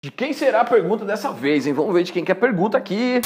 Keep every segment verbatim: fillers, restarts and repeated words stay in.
De quem será a pergunta dessa vez, hein? Vamos ver de quem que é a pergunta aqui.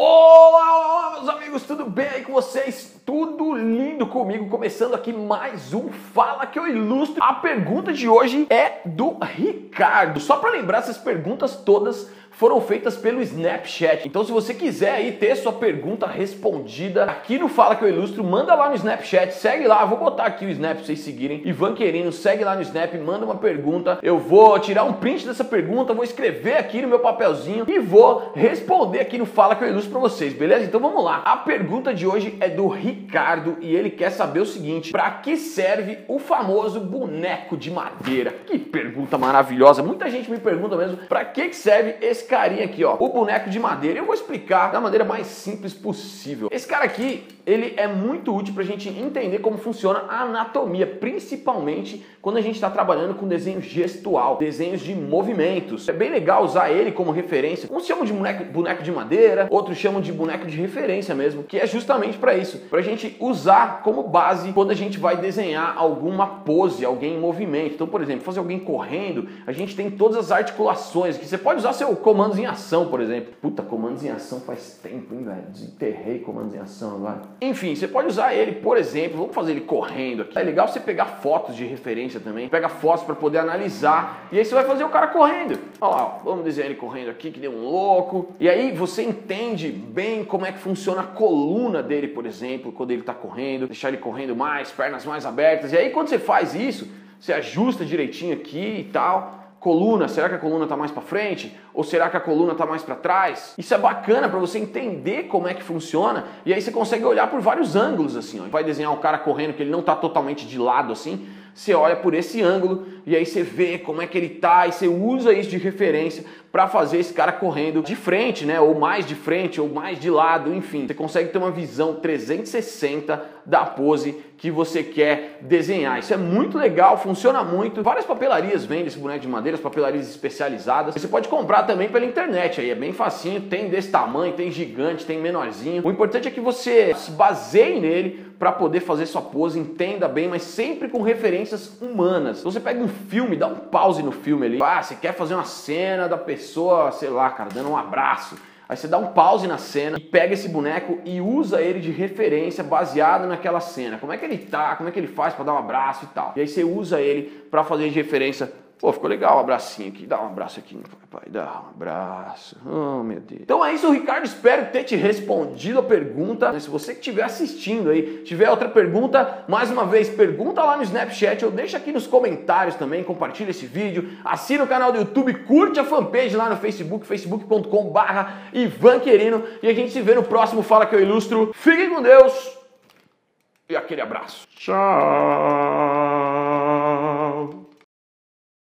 Olá, olá, meus amigos, tudo bem aí com vocês? Tudo lindo comigo? Começando aqui mais um Fala Que Eu Ilustro. A pergunta de hoje é do Ricardo. Só para lembrar, essas perguntas todas foram feitas pelo Snapchat. Então, se você quiser aí ter sua pergunta respondida aqui no Fala Que Eu Ilustro, manda lá no Snapchat, segue lá, eu vou botar aqui o Snap pra vocês seguirem. Ivan Querino, segue lá no Snap, manda uma pergunta. Eu vou tirar um print dessa pergunta, vou escrever aqui no meu papelzinho e vou responder aqui no Fala Que Eu Ilustro pra vocês, beleza? Então vamos lá. A pergunta de hoje é do Ricardo e ele quer saber o seguinte: pra que serve o famoso boneco de madeira? Que pergunta maravilhosa. Muita gente me pergunta mesmo, pra que serve esse carinha aqui, ó, o boneco de madeira. Eu vou explicar da maneira mais simples possível. Esse cara aqui, ele é muito útil pra gente entender como funciona a anatomia, principalmente quando a gente está trabalhando com desenho gestual, desenhos de movimentos. É bem legal usar ele como referência. Uns chamam de boneco, boneco de madeira, outros chamam de boneco de referência mesmo, que é justamente para isso, pra gente usar como base quando a gente vai desenhar alguma pose, alguém em movimento. Então, por exemplo, fazer alguém correndo, a gente tem todas as articulações, que você pode usar seu comandos em ação, por exemplo. Puta, comandos em ação faz tempo, hein, velho? Desenterrei comandos em ação agora. Enfim, você pode usar ele, por exemplo, vamos fazer ele correndo aqui. É legal você pegar fotos de referência também. Pega fotos para poder analisar. E aí você vai fazer o cara correndo. Olha lá, ó, vamos desenhar ele correndo aqui, que nem um louco. E aí você entende bem como é que funciona a coluna dele, por exemplo, quando ele tá correndo. Deixar ele correndo mais, pernas mais abertas. E aí quando você faz isso, você ajusta direitinho aqui e tal. Coluna, será que a coluna está mais para frente? Ou será que a coluna está mais para trás? Isso é bacana para você entender como é que funciona. E aí você consegue olhar por vários ângulos assim, ó. Vai desenhar um cara correndo que ele não está totalmente de lado assim. Você olha por esse ângulo e aí você vê como é que ele tá e você usa isso de referência para fazer esse cara correndo de frente, né? Ou mais de frente, ou mais de lado, enfim. Você consegue ter uma visão trezentos e sessenta da pose que você quer desenhar. Isso é muito legal, funciona muito. Várias papelarias vendem esse boneco de madeira, as papelarias especializadas. Você pode comprar também pela internet, aí é bem facinho, tem desse tamanho, tem gigante, tem menorzinho. O importante é que você se baseie nele para poder fazer sua pose, entenda bem, mas sempre com referências humanas. Então você pega um filme, dá um pause no filme ali. Ah, você quer fazer uma cena da pessoa, sei lá, cara, dando um abraço. Aí você dá um pause na cena e pega esse boneco e usa ele de referência baseado naquela cena. Como é que ele tá, como é que ele faz para dar um abraço e tal. E aí você usa ele para fazer de referência. Pô, ficou legal o abracinho aqui. Dá um abraço aqui, papai. Dá um abraço. Oh, meu Deus. Então é isso, Ricardo. Espero ter te respondido a pergunta. Se você que estiver assistindo aí, tiver outra pergunta, mais uma vez, pergunta lá no Snapchat ou deixa aqui nos comentários também. Compartilha esse vídeo. Assina o canal do YouTube. Curte a fanpage lá no Facebook, facebook ponto com barra Ivan Querino. E a gente se vê no próximo Fala Que Eu Ilustro. Fiquem com Deus. E aquele abraço. Tchau.